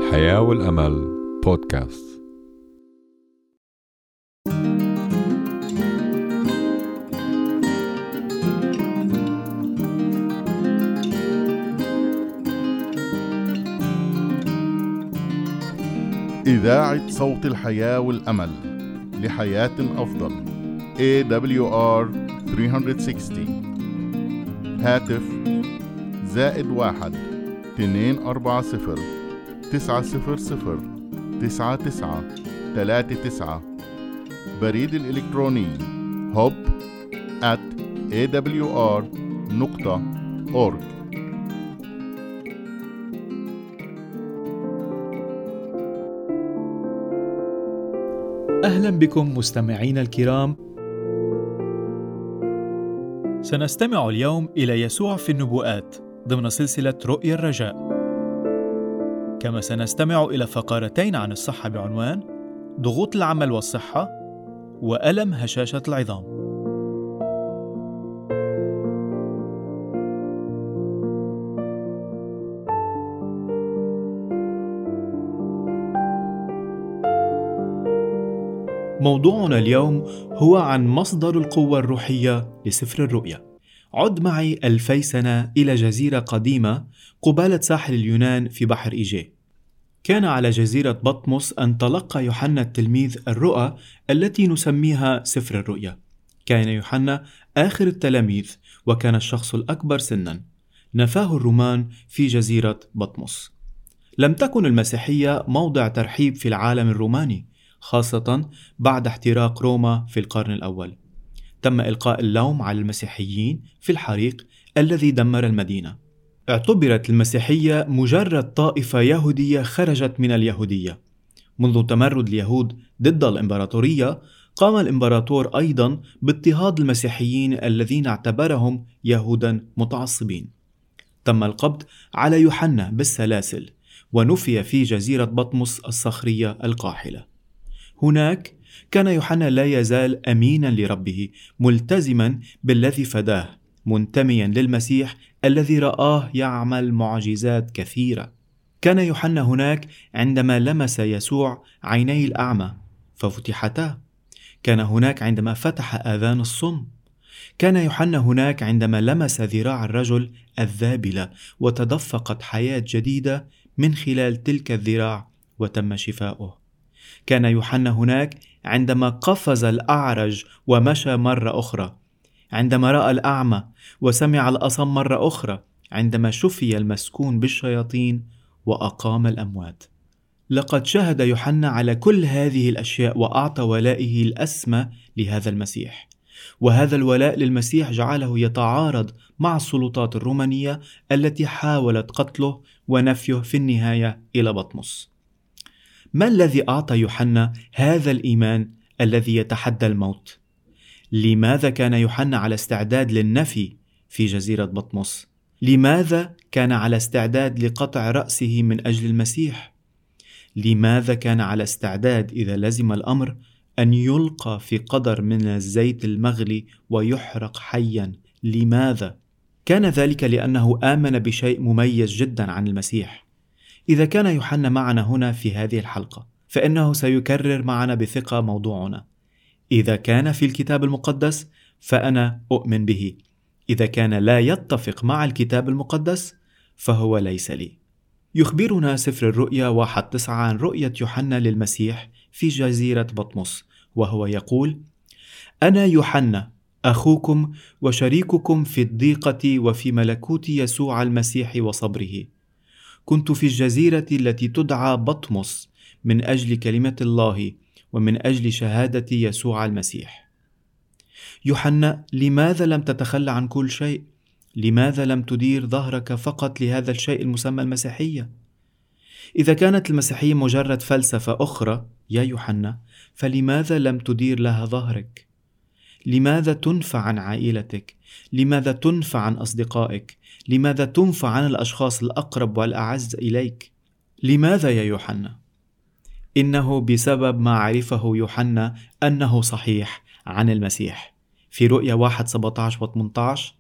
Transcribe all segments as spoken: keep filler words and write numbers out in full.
الحياة والأمل بودكاست. إذاعة صوت الحياة والأمل لحياة أفضل إيه دبليو آر ثلاثمية وستين. هاتف زائد واحد اثنين أربعة صفر تسعة صفر صفر تسعة تسعة ثلاثة تسعة. بريد الإلكتروني هوب آت إيه دبليو آر نقطة أورج. أهلا بكم مستمعينا الكرام. سنستمع اليوم إلى يسوع في النبوءات ضمن سلسلة رؤيا الرجاء، كما سنستمع إلى فقرتين عن الصحة بعنوان ضغوط العمل والصحة وألم هشاشة العظام. موضوعنا اليوم هو عن مصدر القوة الروحية لسفر الرؤيا. عد معي ألفي سنة إلى جزيرة قديمة قبالة ساحل اليونان في بحر إيجيه. كان على جزيرة بطمس أن تلقى يوحنا التلميذ الرؤى التي نسميها سفر الرؤيا. كان يوحنا آخر التلاميذ وكان الشخص الأكبر سنا. نفاه الرومان في جزيرة بطمس. لم تكن المسيحية موضع ترحيب في العالم الروماني، خاصة بعد احتراق روما في القرن الأول. تم إلقاء اللوم على المسيحيين في الحريق الذي دمر المدينة. اعتبرت المسيحية مجرد طائفة يهودية خرجت من اليهودية. منذ تمرد اليهود ضد الإمبراطورية، قام الإمبراطور أيضا باضطهاد المسيحيين الذين اعتبرهم يهودا متعصبين. تم القبض على يوحنا بالسلاسل ونفي في جزيرة بطمس الصخرية القاحلة. هناك كان يوحنا لا يزال أمينا لربه، ملتزما بالذي فداه، منتميا للمسيح الذي رآه يعمل معجزات كثيرة. كان يوحنا هناك عندما لمس يسوع عيني الأعمى ففتحتا. كان هناك عندما فتح آذان الصم. كان يوحنا هناك عندما لمس ذراع الرجل الذابلة وتدفقت حياة جديدة من خلال تلك الذراع وتم شفاؤه. كان يوحنا هناك عندما قفز الأعرج ومشى مرة أخرى، عندما رأى الأعمى وسمع الأصم مرة أخرى، عندما شفي المسكون بالشياطين وأقام الأموات. لقد شهد يوحنا على كل هذه الأشياء وأعطى ولائه الأسمى لهذا المسيح، وهذا الولاء للمسيح جعله يتعارض مع السلطات الرومانية التي حاولت قتله ونفيه في النهاية إلى بطمس. ما الذي أعطى يوحنا هذا الإيمان الذي يتحدى الموت؟ لماذا كان يوحنا على استعداد للنفي في جزيرة بطمس؟ لماذا كان على استعداد لقطع رأسه من أجل المسيح؟ لماذا كان على استعداد إذا لزم الأمر أن يلقى في قدر من الزيت المغلي ويحرق حيا؟ لماذا؟ كان ذلك لأنه آمن بشيء مميز جدا عن المسيح. إذا كان يوحنا معنا هنا في هذه الحلقة، فإنه سيكرر معنا بثقة موضوعنا: إذا كان في الكتاب المقدس فأنا أؤمن به، إذا كان لا يتفق مع الكتاب المقدس فهو ليس لي. يخبرنا سفر الرؤيا واحد تسعة عن رؤية يوحنا للمسيح في جزيرة بطمس، وهو يقول: أنا يوحنا أخوكم وشريككم في الضيقة وفي ملكوت يسوع المسيح وصبره. كنت في الجزيرة التي تدعى بطمس من أجل كلمة الله ومن أجل شهادة يسوع المسيح. يوحنا، لماذا لم تتخلى عن كل شيء؟ لماذا لم تدير ظهرك فقط لهذا الشيء المسمى المسيحية؟ إذا كانت المسيحية مجرد فلسفة أخرى يا يوحنا، فلماذا لم تدير لها ظهرك؟ لماذا تنفع عن عائلتك؟ لماذا تنفع عن أصدقائك؟ لماذا تنفع عن الأشخاص الأقرب والأعز إليك؟ لماذا يا يوحنا؟ إنه بسبب ما عرفه يوحنا أنه صحيح عن المسيح. في رؤيا واحد سبعة عشر و ثمانية عشر: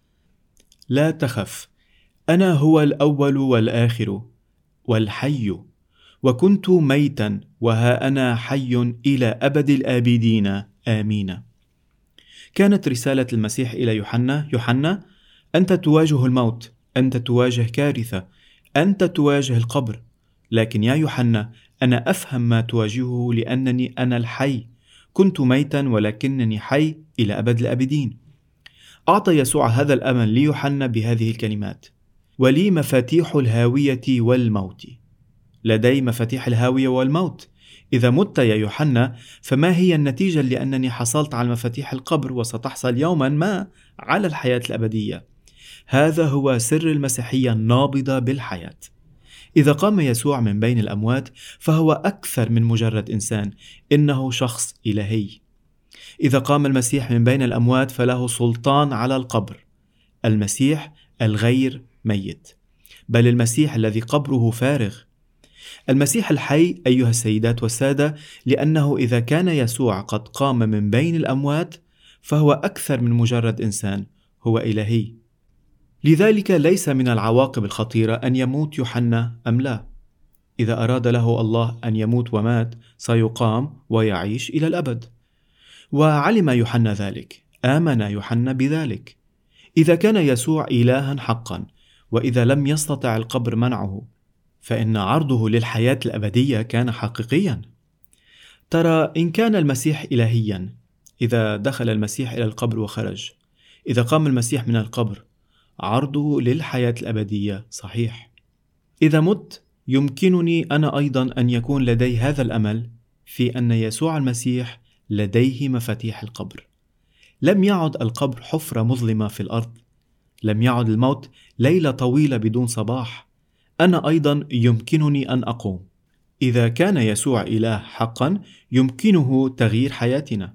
لا تخف، أنا هو الأول والآخر والحي، وكنت ميتا وها أنا حي إلى أبد الآبدين آمين. كانت رسالة المسيح إلى يوحنا: يوحنا، أنت تواجه الموت، أنت تواجه كارثة، أنت تواجه القبر، لكن يا يوحنا أنا أفهم ما تواجهه لأنني أنا الحي، كنت ميتا ولكنني حي إلى أبد الآبدين. أعطى يسوع هذا الأمل ليوحنا بهذه الكلمات: ولي مفاتيح الهاوية والموت. لدي مفاتيح الهاوية والموت. إذا مت يا يوحنا فما هي النتيجة لأنني حصلت على مفاتيح القبر وستحصل يوما ما على الحياة الأبدية؟ هذا هو سر المسيحية النابضة بالحياة. إذا قام يسوع من بين الأموات فهو أكثر من مجرد إنسان، إنه شخص إلهي. إذا قام المسيح من بين الأموات فله سلطان على القبر. المسيح الغير ميت، بل المسيح الذي قبره فارغ. المسيح الحي أيها السيدات والسادة، لأنه إذا كان يسوع قد قام من بين الأموات فهو أكثر من مجرد إنسان، هو إلهي. لذلك ليس من العواقب الخطيرة أن يموت يوحنا أم لا. إذا أراد له الله أن يموت ومات سيقام ويعيش إلى الأبد. وعلم يوحنا ذلك، آمن يوحنا بذلك. إذا كان يسوع إلها حقا، وإذا لم يستطع القبر منعه، فإن عرضه للحياة الأبدية كان حقيقيا. ترى، إن كان المسيح إلهيا، إذا دخل المسيح إلى القبر وخرج، إذا قام المسيح من القبر، عرضه للحياة الأبدية صحيح. إذا مت يمكنني أنا أيضا أن يكون لدي هذا الأمل في أن يسوع المسيح لديه مفاتيح القبر. لم يعد القبر حفرة مظلمة في الأرض، لم يعد الموت ليلة طويلة بدون صباح. أنا أيضا يمكنني أن أقوم. إذا كان يسوع إله حقا يمكنه تغيير حياتنا.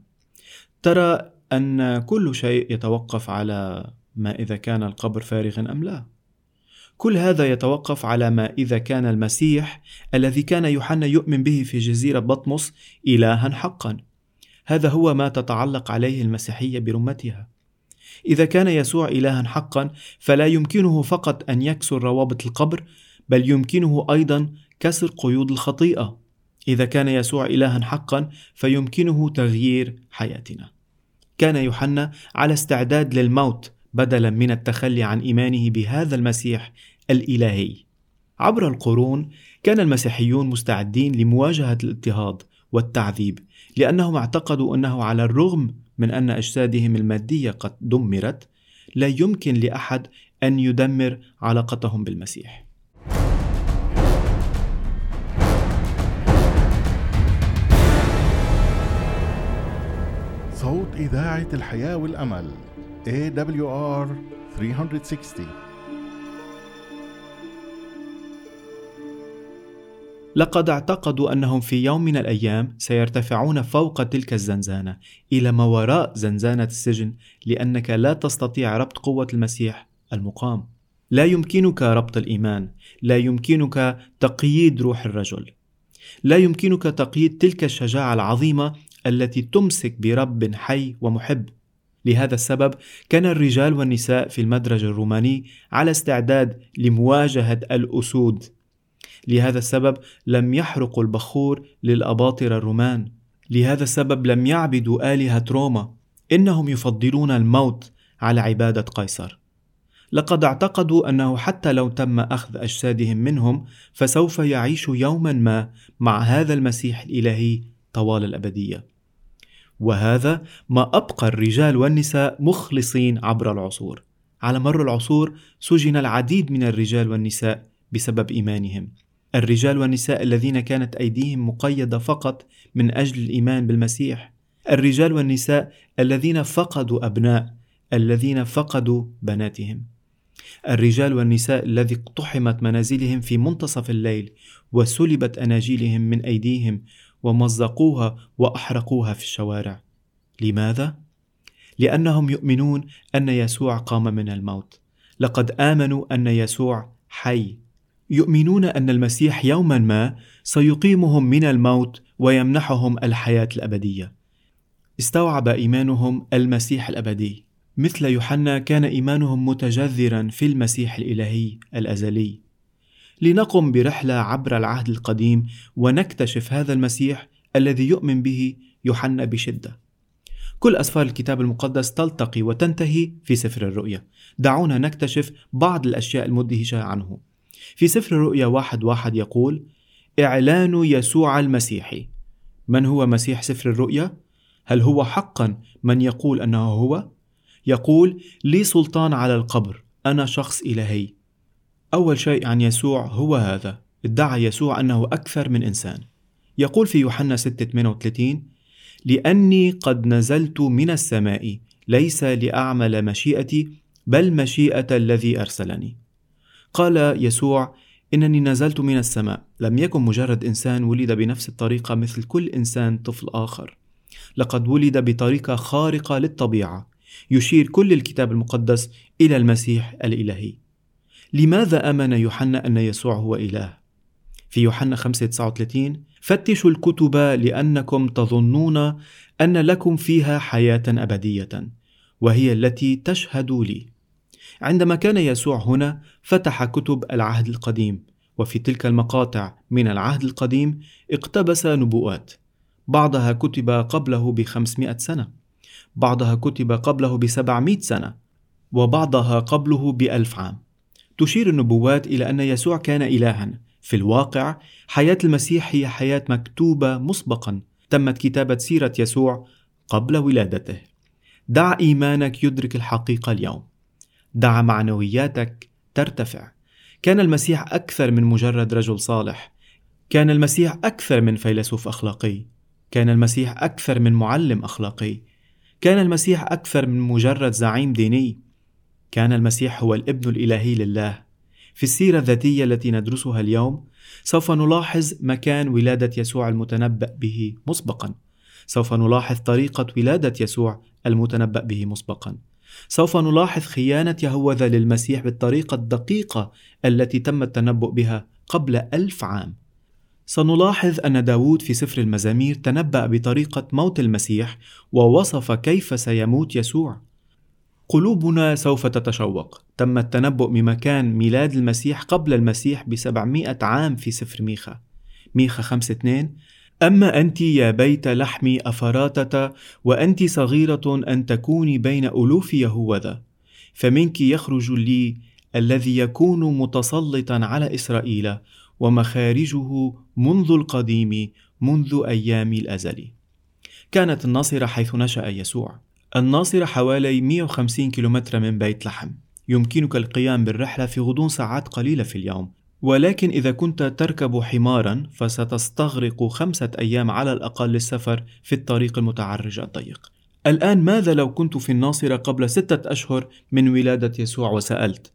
ترى أن كل شيء يتوقف على ما إذا كان القبر فارغا أم لا. كل هذا يتوقف على ما إذا كان المسيح الذي كان يوحنا يؤمن به في جزيرة بطمس إلها حقا. هذا هو ما تتعلق عليه المسيحية برمتها. إذا كان يسوع إلها حقا فلا يمكنه فقط أن يكسر روابط القبر، بل يمكنه أيضا كسر قيود الخطيئة. إذا كان يسوع إلها حقا فيمكنه تغيير حياتنا. كان يوحنا على استعداد للموت بدلا من التخلي عن إيمانه بهذا المسيح الإلهي. عبر القرون كان المسيحيون مستعدين لمواجهة الاضطهاد والتعذيب، لأنهم اعتقدوا أنه على الرغم من أن أجسادهم المادية قد دمرت، لا يمكن لأحد أن يدمر علاقتهم بالمسيح. صوت إذاعة الحياة والأمل إيه دبليو آر ثلاثمية وستين. لقد اعتقدوا أنهم في يوم من الأيام سيرتفعون فوق تلك الزنزانة إلى ما وراء زنزانة السجن، لأنك لا تستطيع ربط قوة المسيح المقام. لا يمكنك ربط الإيمان، لا يمكنك تقييد روح الرجل، لا يمكنك تقييد تلك الشجاعة العظيمة التي تمسك برب حي ومحب. لهذا السبب كان الرجال والنساء في المدرج الروماني على استعداد لمواجهة الأسود. لهذا السبب لم يحرقوا البخور للأباطرة الرومان. لهذا السبب لم يعبدوا آلهة روما، إنهم يفضلون الموت على عبادة قيصر. لقد اعتقدوا أنه حتى لو تم أخذ أجسادهم منهم فسوف يعيشوا يوما ما مع هذا المسيح الإلهي طوال الأبدية. وهذا ما أبقى الرجال والنساء مخلصين عبر العصور. على مر العصور سجن العديد من الرجال والنساء بسبب إيمانهم. الرجال والنساء الذين كانت أيديهم مقيدة فقط من أجل الإيمان بالمسيح. الرجال والنساء الذين فقدوا أبناء، الذين فقدوا بناتهم. الرجال والنساء الذي اقتحمت منازلهم في منتصف الليل وسلبت أناجيلهم من أيديهم ومزقوها وأحرقوها في الشوارع. لماذا؟ لأنهم يؤمنون أن يسوع قام من الموت. لقد آمنوا أن يسوع حي. يؤمنون أن المسيح يوما ما سيقيمهم من الموت ويمنحهم الحياة الأبدية. استوعب إيمانهم المسيح الأبدي. مثل يوحنا كان إيمانهم متجذرا في المسيح الإلهي الأزلي. لنقم برحلة عبر العهد القديم ونكتشف هذا المسيح الذي يؤمن به يوحنا بشدة. كل أسفار الكتاب المقدس تلتقي وتنتهي في سفر الرؤيا. دعونا نكتشف بعض الأشياء المدهشة عنه. في سفر الرؤيا واحد واحد يقول: إعلان يسوع المسيحي. من هو مسيح سفر الرؤيا؟ هل هو حقا من يقول أنه هو؟ يقول: لي سلطان على القبر، أنا شخص إلهي. أول شيء عن يسوع هو هذا: ادعى يسوع أنه أكثر من إنسان. يقول في يوحنا ستة ثمانية وثلاثين: لأني قد نزلت من السماء ليس لأعمل مشيئتي بل مشيئة الذي أرسلني. قال يسوع: إنني نزلت من السماء. لم يكن مجرد إنسان ولد بنفس الطريقة مثل كل إنسان طفل آخر، لقد ولد بطريقة خارقة للطبيعة. يشير كل الكتاب المقدس إلى المسيح الإلهي. لماذا آمن يوحنا أن يسوع هو إله؟ في يوحنا خمسة تسعة وثلاثين: فتشوا الكتب لأنكم تظنون أن لكم فيها حياة أبدية وهي التي تشهد لي. عندما كان يسوع هنا فتح كتب العهد القديم، وفي تلك المقاطع من العهد القديم اقتبس نبوءات. بعضها كتب قبله بخمسمائة سنة، بعضها كتب قبله بسبعمائة سنة، وبعضها قبله بألف عام. تشير النبوات إلى أن يسوع كان إلها. في الواقع حياة المسيح هي حياة مكتوبة مسبقا. تمت كتابة سيرة يسوع قبل ولادته. دع إيمانك يدرك الحقيقة اليوم. دع معنوياتك ترتفع. كان المسيح أكثر من مجرد رجل صالح. كان المسيح أكثر من فيلسوف أخلاقي. كان المسيح أكثر من معلم أخلاقي. كان المسيح أكثر من مجرد زعيم ديني. كان المسيح هو الابن الإلهي لله. في السيرة الذاتية التي ندرسها اليوم سوف نلاحظ مكان ولادة يسوع المتنبأ به مسبقا. سوف نلاحظ طريقة ولادة يسوع المتنبأ به مسبقا. سوف نلاحظ خيانة يهوذا للمسيح بالطريقة الدقيقة التي تم التنبؤ بها قبل ألف عام. سنلاحظ أن داود في سفر المزامير تنبأ بطريقة موت المسيح ووصف كيف سيموت يسوع. قلوبنا سوف تتشوق. تم التنبؤ بمكان ميلاد المسيح قبل المسيح بسبعمائة عام في سفر ميخا. ميخا خمسة اثنين: أما أنت يا بيت لحمي أفراتة، وأنت صغيرة أن تكوني بين ألوف يهوذا، فمنك يخرج لي الذي يكون متسلطا على إسرائيل، ومخارجه منذ القديم منذ أيام الأزل. كانت الناصرة حيث نشأ يسوع. الناصرة حوالي مئة وخمسين كيلومتر من بيت لحم. يمكنك القيام بالرحلة في غضون ساعات قليلة في اليوم، ولكن إذا كنت تركب حمارا فستستغرق خمسة أيام على الأقل للسفر في الطريق المتعرج الضيق. الآن ماذا لو كنت في الناصرة قبل ستة أشهر من ولادة يسوع وسألت: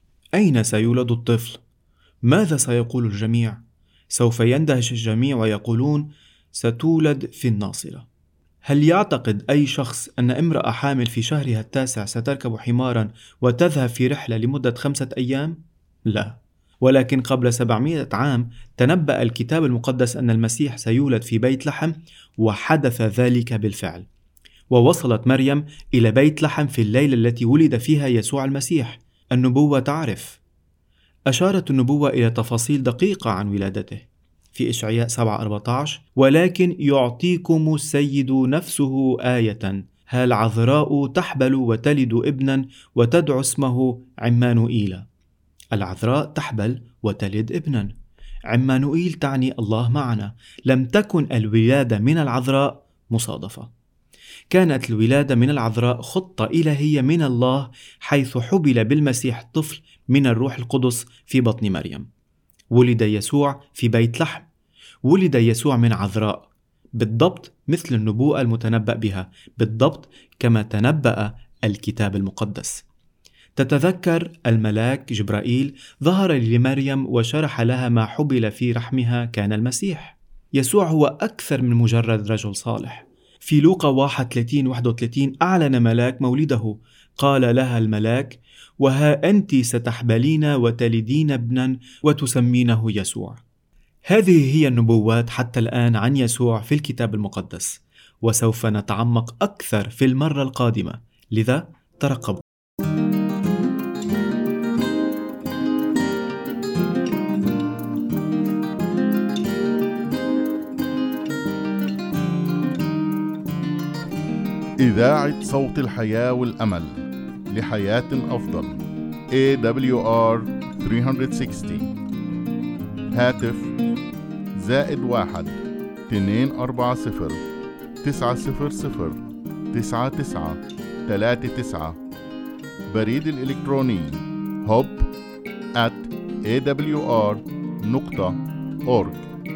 أين سيولد الطفل؟ ماذا سيقول الجميع؟ سوف يندهش الجميع ويقولون: ستولد في الناصرة. هل يعتقد أي شخص أن امرأة حامل في شهرها التاسع ستركب حمارا وتذهب في رحلة لمدة خمسة أيام؟ لا. ولكن قبل سبعمائة عام تنبأ الكتاب المقدس أن المسيح سيولد في بيت لحم، وحدث ذلك بالفعل. ووصلت مريم إلى بيت لحم في الليلة التي ولد فيها يسوع المسيح. النبوة تعرف. أشارت النبوة إلى تفاصيل دقيقة عن ولادته. في إشعياء سبعة أربعة عشر: ولكن يعطيكم السيد نفسه آية، ها العذراء تحبل وتلد ابنا وتدعو اسمه عمانوئيل. العذراء تحبل وتلد ابنا. عمانوئيل تعني الله معنا. لم تكن الولادة من العذراء مصادفة. كانت الولادة من العذراء خطة إلهية من الله، حيث حبل بالمسيح طفل من الروح القدس في بطن مريم. ولد يسوع في بيت لحم. ولد يسوع من عذراء، بالضبط مثل النبوءة المتنبأ بها، بالضبط كما تنبأ الكتاب المقدس. تتذكر الملاك جبرائيل ظهر لمريم وشرح لها ما حبل في رحمها كان المسيح. يسوع هو أكثر من مجرد رجل صالح. في لوقا واحد ثلاثين واحد وثلاثين أعلن ملاك مولده. قال لها الملاك: وها أنت ستحبلين وتلدين ابنا وتسمينه يسوع. هذه هي النبوات حتى الآن عن يسوع في الكتاب المقدس، وسوف نتعمق أكثر في المرة القادمة، لذا ترقبوا. إذاعة صوت الحياة والأمل لحياة أفضل إيه دبليو آر ثلاثمية وستين. هاتف زائد واحد اثنين أربعة صفر تسعة صفر صفر تسعة تسعة ثلاثة تسعة. بريد الإلكتروني هوب آت إيه دبليو آر نقطة أورج.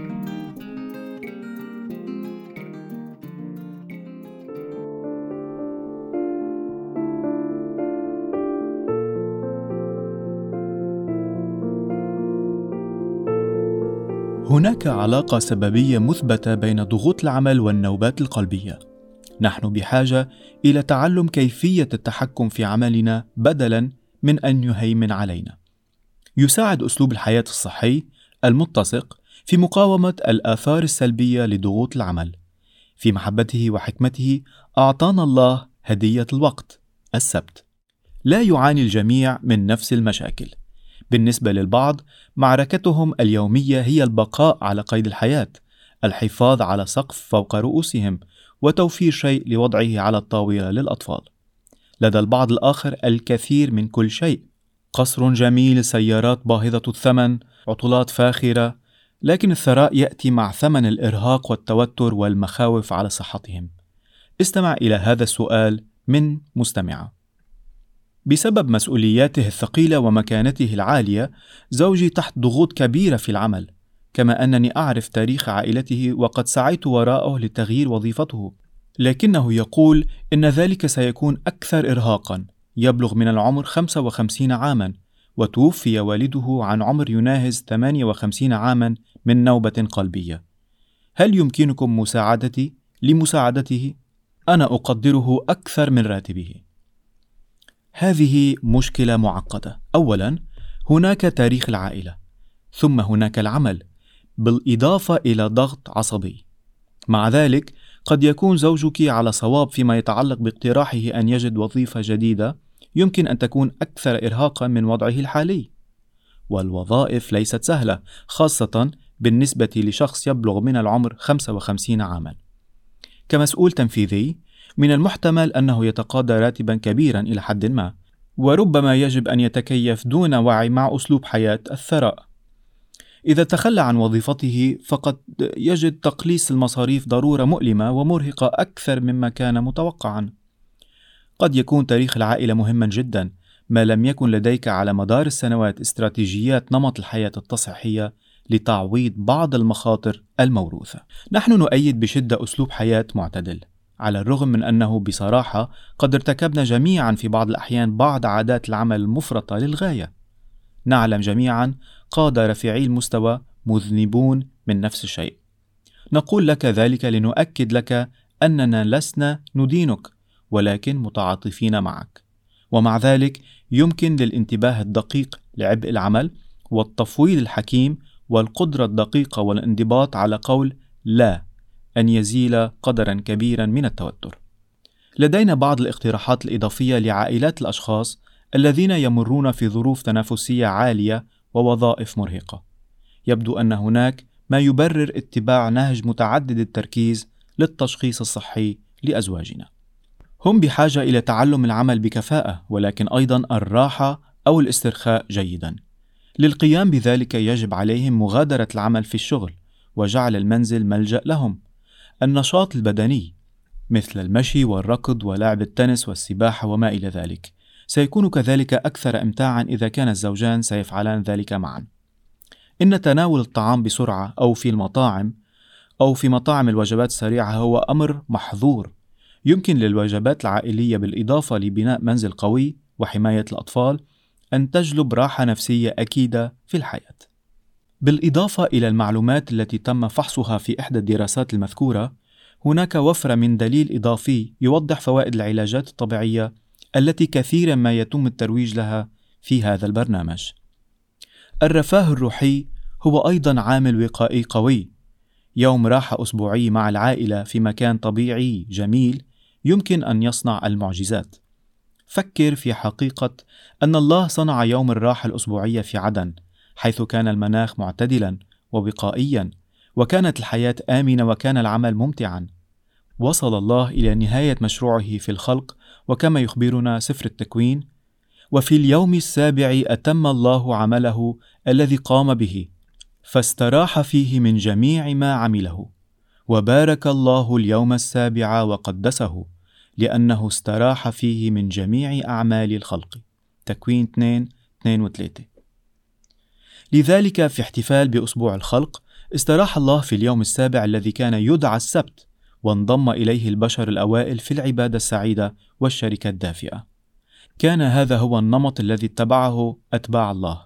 هناك علاقة سببية مثبتة بين ضغوط العمل والنوبات القلبية. نحن بحاجة إلى تعلم كيفية التحكم في عملنا بدلاً من أن يهيمن علينا. يساعد أسلوب الحياة الصحي المتسق في مقاومة الآثار السلبية لضغوط العمل. في محبته وحكمته أعطانا الله هدية الوقت، السبت. لا يعاني الجميع من نفس المشاكل. بالنسبة للبعض، معركتهم اليومية هي البقاء على قيد الحياة، الحفاظ على سقف فوق رؤوسهم، وتوفير شيء لوضعه على الطاولة للأطفال. لدى البعض الآخر الكثير من كل شيء: قصر جميل، سيارات باهظة الثمن، عطلات فاخرة، لكن الثراء يأتي مع ثمن الإرهاق والتوتر والمخاوف على صحتهم. استمع إلى هذا السؤال من مستمعة: بسبب مسؤولياته الثقيلة ومكانته العالية، زوجي تحت ضغوط كبيرة في العمل، كما أنني أعرف تاريخ عائلته وقد سعيت وراءه لتغيير وظيفته، لكنه يقول إن ذلك سيكون أكثر إرهاقاً. يبلغ من العمر خمسة وخمسين عاماً، وتوفي والده عن عمر يناهز ثمانية وخمسين عاماً من نوبة قلبية. هل يمكنكم مساعدتي لمساعدته؟ أنا أقدره أكثر من راتبه. هذه مشكلة معقدة. أولاً، هناك تاريخ العائلة، ثم هناك العمل، بالإضافة إلى ضغط عصبي. مع ذلك، قد يكون زوجك على صواب فيما يتعلق باقتراحه أن يجد وظيفة جديدة يمكن أن تكون أكثر إرهاقاً من وضعه الحالي. والوظائف ليست سهلة، خاصة بالنسبة لشخص يبلغ من العمر خمسة وخمسين عاماً. كمسؤول تنفيذي، من المحتمل أنه يتقاضى راتباً كبيراً إلى حد ما، وربما يجب أن يتكيف دون وعي مع أسلوب حياة الثراء. إذا تخلى عن وظيفته، فقد يجد تقليص المصاريف ضرورة مؤلمة ومرهقة أكثر مما كان متوقعاً. قد يكون تاريخ العائلة مهماً جداً، ما لم يكن لديك على مدار السنوات استراتيجيات نمط الحياة التصحية لتعويض بعض المخاطر الموروثة. نحن نؤيد بشدة أسلوب حياة معتدل، على الرغم من أنه بصراحة قد ارتكبنا جميعاً في بعض الأحيان بعض عادات العمل المفرطة للغاية. نعلم جميعاً قادة رفيعي المستوى مذنبون من نفس الشيء. نقول لك ذلك لنؤكد لك أننا لسنا ندينك، ولكن متعاطفين معك. ومع ذلك يمكن للانتباه الدقيق لعبء العمل والتفويض الحكيم والقدرة الدقيقة والانضباط على قول لا أن يزيل قدرا كبيرا من التوتر. لدينا بعض الاقتراحات الإضافية لعائلات الأشخاص الذين يمرون في ظروف تنافسية عالية ووظائف مرهقة. يبدو أن هناك ما يبرر اتباع نهج متعدد التركيز للتشخيص الصحي لأزواجنا. هم بحاجة إلى تعلم العمل بكفاءة، ولكن أيضا الراحة أو الاسترخاء جيدا. للقيام بذلك يجب عليهم مغادرة العمل في الشغل وجعل المنزل ملجأ لهم. النشاط البدني مثل المشي والركض ولعب التنس والسباحة وما إلى ذلك سيكون كذلك أكثر إمتاعا إذا كان الزوجان سيفعلان ذلك معا. إن تناول الطعام بسرعة أو في المطاعم أو في مطاعم الوجبات السريعة هو أمر محظور. يمكن للوجبات العائلية بالإضافة لبناء منزل قوي وحماية الأطفال أن تجلب راحة نفسية أكيدة في الحياة. بالإضافة إلى المعلومات التي تم فحصها في إحدى الدراسات المذكورة، هناك وفرة من دليل إضافي يوضح فوائد العلاجات الطبيعية التي كثيرا ما يتم الترويج لها في هذا البرنامج. الرفاه الروحي هو أيضا عامل وقائي قوي. يوم راحة أسبوعي مع العائلة في مكان طبيعي جميل يمكن أن يصنع المعجزات. فكر في حقيقة أن الله صنع يوم الراحة الأسبوعية في عدن، حيث كان المناخ معتدلا ووقائيا، وكانت الحياة آمنة، وكان العمل ممتعا. وصل الله إلى نهاية مشروعه في الخلق، وكما يخبرنا سفر التكوين: وفي اليوم السابع أتم الله عمله الذي قام به، فاستراح فيه من جميع ما عمله، وبارك الله اليوم السابع وقدسه، لأنه استراح فيه من جميع أعمال الخلق. تكوين اثنين اثنين وثلاثة. لذلك في احتفال بأسبوع الخلق استراح الله في اليوم السابع الذي كان يدعى السبت، وانضم إليه البشر الأوائل في العبادة السعيدة والشركة الدافئة. كان هذا هو النمط الذي اتبعه أتباع الله.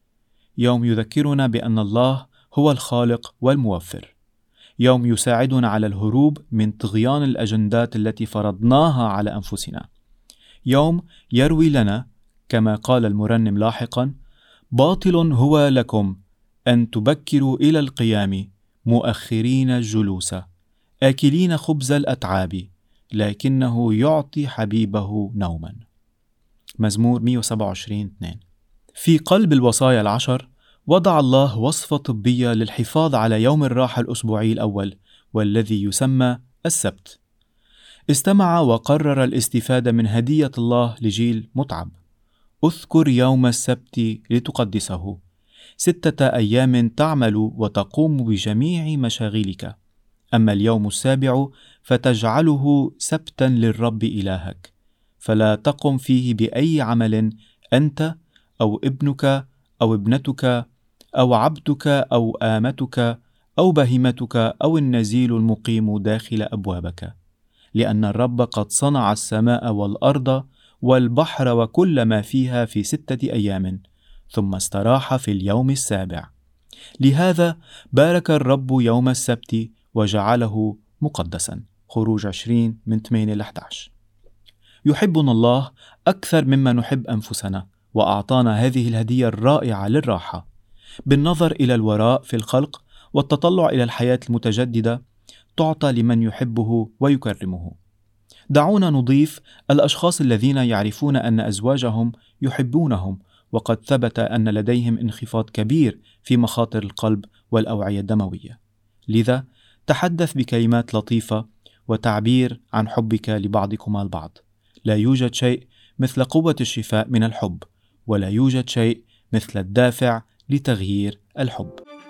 يوم يذكرنا بأن الله هو الخالق والموفر، يوم يساعدنا على الهروب من طغيان الأجندات التي فرضناها على أنفسنا، يوم يروي لنا كما قال المرنم لاحقا: باطل هو لكم أن تبكروا إلى القيام مؤخرين الجلوس، آكلين خبز الأتعاب، لكنه يعطي حبيبه نوما. مزمور مئة وسبعة وعشرين اثنين. في قلب الوصايا العشر وضع الله وصفة طبية للحفاظ على يوم الراحة الأسبوعي الأول، والذي يسمى السبت. استمع وقرر الاستفادة من هدية الله لجيل متعب: اذكر يوم السبت لتقدسه، ستة أيام تعمل وتقوم بجميع مشاغلك، أما اليوم السابع فتجعله سبتا للرب إلهك، فلا تقم فيه بأي عمل أنت أو ابنك أو ابنتك أو عبدك أو آمتك أو بهيمتك أو النزيل المقيم داخل أبوابك، لأن الرب قد صنع السماء والأرض والبحر وكل ما فيها في ستة أيام، ثم استراح في اليوم السابع. لهذا بارك الرب يوم السبت وجعله مقدسا. خروج عشرين من ثمانية إلى أحد عشر. يحبنا الله أكثر مما نحب أنفسنا، وأعطانا هذه الهدية الرائعة للراحة. بالنظر إلى الوراء في الخلق والتطلع إلى الحياة المتجددة تعطى لمن يحبه ويكرمه. دعونا نضيف الأشخاص الذين يعرفون أن أزواجهم يحبونهم، وقد ثبت أن لديهم انخفاض كبير في مخاطر القلب والأوعية الدموية. لذا تحدث بكلمات لطيفة وتعبير عن حبك لبعضكما البعض. لا يوجد شيء مثل قوة الشفاء من الحب، ولا يوجد شيء مثل الدافع لتغيير الحب.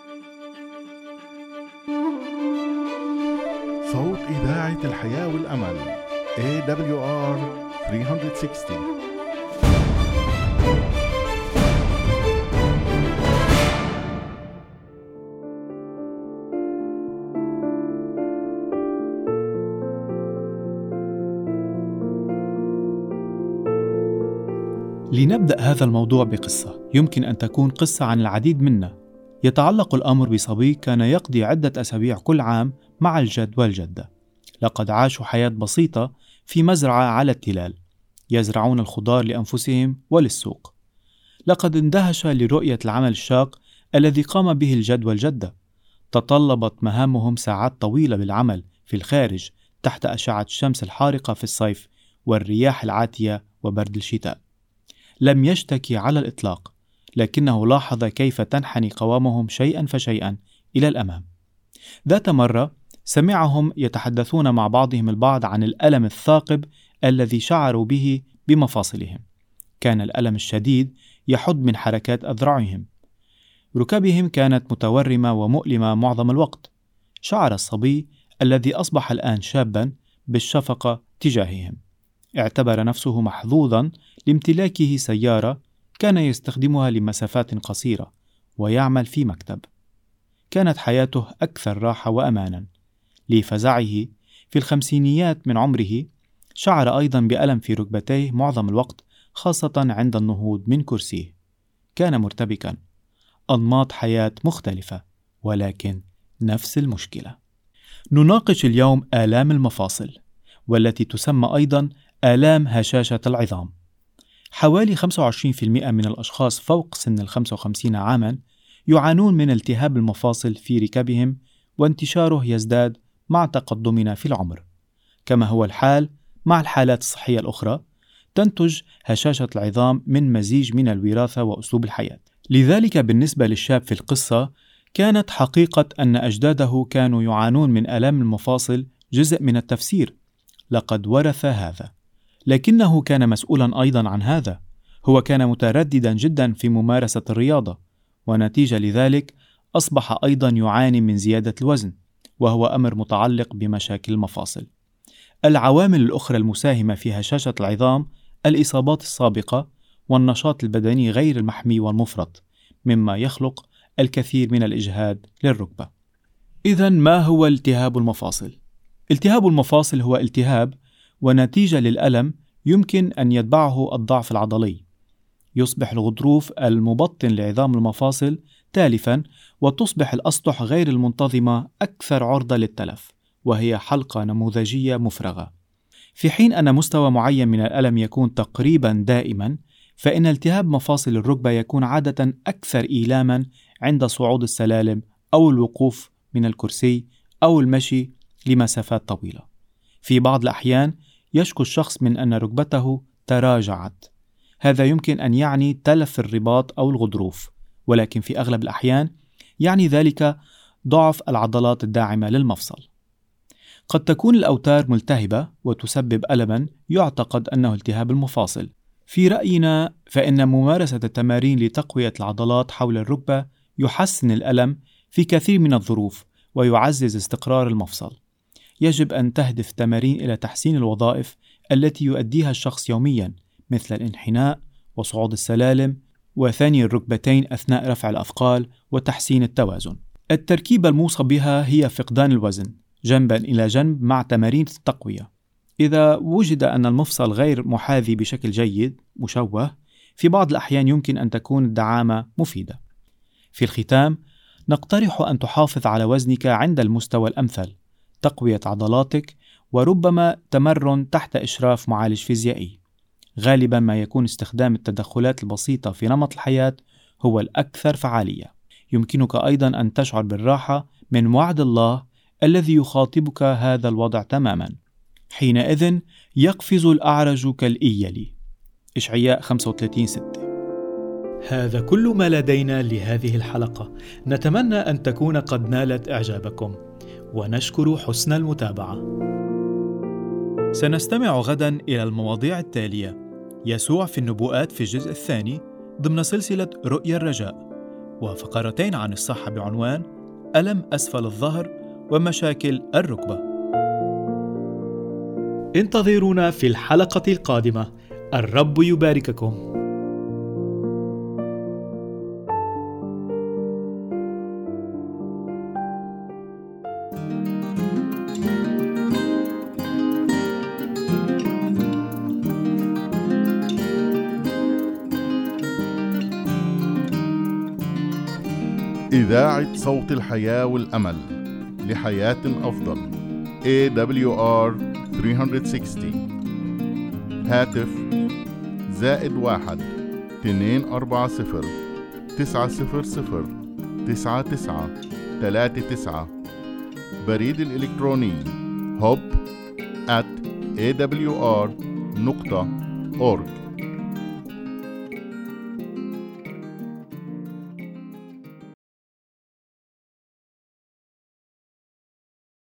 صوت إذاعة الحياة والأمل إيه دبليو آر ثلاثمئة وستين. لنبدأ هذا الموضوع بقصة يمكن أن تكون قصة عن العديد منا. يتعلق الأمر بصبي كان يقضي عدة أسابيع كل عام مع الجد والجدة. لقد عاشوا حياة بسيطة في مزرعة على التلال، يزرعون الخضار لأنفسهم وللسوق. لقد اندهش لرؤية العمل الشاق الذي قام به الجد والجدة. تطلبت مهامهم ساعات طويلة بالعمل في الخارج تحت أشعة الشمس الحارقة في الصيف والرياح العاتية وبرد الشتاء. لم يشتكي على الإطلاق، لكنه لاحظ كيف تنحني قوامهم شيئا فشيئا إلى الأمام. ذات مرة سمعهم يتحدثون مع بعضهم البعض عن الألم الثاقب الذي شعروا به بمفاصلهم. كان الألم الشديد يحد من حركات أذرعهم. ركبهم كانت متورمة ومؤلمة معظم الوقت. شعر الصبي الذي أصبح الآن شابا بالشفقة تجاههم. اعتبر نفسه محظوظا لامتلاكه سيارة كان يستخدمها لمسافات قصيرة ويعمل في مكتب. كانت حياته أكثر راحة وأمانا. لفزعه في الخمسينيات من عمره شعر أيضا بألم في ركبتيه معظم الوقت، خاصة عند النهوض من كرسيه. كان مرتبكا. أنماط حياة مختلفة، ولكن نفس المشكلة. نناقش اليوم آلام المفاصل، والتي تسمى أيضا آلام هشاشة العظام. حوالي خمسة وعشرين بالمئة من الأشخاص فوق سن الخمسة وخمسين عاما يعانون من التهاب المفاصل في ركبهم، وانتشاره يزداد مع تقدمنا في العمر. كما هو الحال مع الحالات الصحية الأخرى، تنتج هشاشة العظام من مزيج من الوراثة وأسلوب الحياة. لذلك بالنسبة للشاب في القصة كانت حقيقة أن أجداده كانوا يعانون من آلام المفاصل جزء من التفسير، لقد ورث هذا. لكنه كان مسؤولا أيضا عن هذا. هو كان مترددا جدا في ممارسة الرياضة، ونتيجة لذلك أصبح أيضا يعاني من زيادة الوزن، وهو أمر متعلق بمشاكل المفاصل. العوامل الأخرى المساهمة في هشاشة العظام الإصابات السابقة والنشاط البدني غير المحمي والمفرط، مما يخلق الكثير من الإجهاد للركبة. إذن ما هو التهاب المفاصل؟ التهاب المفاصل هو التهاب ونتيجة للألم يمكن أن يتبعه الضعف العضلي. يصبح الغضروف المبطن لعظام المفاصل تالفا، وتصبح الأسطح غير المنتظمة أكثر عرضة للتلف، وهي حلقة نموذجية مفرغة. في حين أن مستوى معين من الألم يكون تقريبا دائما، فإن التهاب مفاصل الركبة يكون عادة أكثر إيلاما عند صعود السلالم أو الوقوف من الكرسي أو المشي لمسافات طويلة. في بعض الأحيان يشكو الشخص من أن ركبته تراجعت. هذا يمكن أن يعني تلف الرباط أو الغضروف، ولكن في أغلب الأحيان يعني ذلك ضعف العضلات الداعمة للمفصل. قد تكون الأوتار ملتهبة وتسبب ألما يعتقد أنه التهاب المفاصل. في رأينا فإن ممارسة التمارين لتقوية العضلات حول الركبة يحسن الألم في كثير من الظروف ويعزز استقرار المفصل. يجب أن تهدف التمارين إلى تحسين الوظائف التي يؤديها الشخص يوميا، مثل الانحناء وصعود السلالم وثني الركبتين أثناء رفع الأثقال وتحسين التوازن. التركيبة الموصى بها هي فقدان الوزن جنبا إلى جنب مع تمارين التقوية. إذا وجد أن المفصل غير محاذي بشكل جيد مشوه، في بعض الأحيان يمكن أن تكون الدعامة مفيدة. في الختام، نقترح أن تحافظ على وزنك عند المستوى الأمثل، تقوية عضلاتك، وربما تمرن تحت إشراف معالج فيزيائي. غالبا ما يكون استخدام التدخلات البسيطة في نمط الحياة هو الأكثر فعالية. يمكنك أيضا أن تشعر بالراحة من وعد الله الذي يخاطبك هذا الوضع تماما. حينئذ يقفز الأعرج كالإيل. إشعياء خمسة وثلاثين ستة. هذا كل ما لدينا لهذه الحلقة. نتمنى أن تكون قد نالت إعجابكم، ونشكر حسن المتابعة. سنستمع غدا إلى المواضيع التالية: يسوع في النبوءات في الجزء الثاني ضمن سلسلة رؤيا الرجاء، وفقرتين عن الصحة بعنوان ألم أسفل الظهر ومشاكل الركبة. انتظرونا في الحلقة القادمة. الرب يبارككم. إذاعة صوت الحياة والأمل لحياة أفضل إيه دبليو آر ثلاثمية وستين. هاتف زائد واحد اثنين أربعة صفر تسعة صفر صفر تسعة تسعة ثلاثة تسعة. بريد الإلكتروني هوب آت إيه دبليو آر دوت أورج.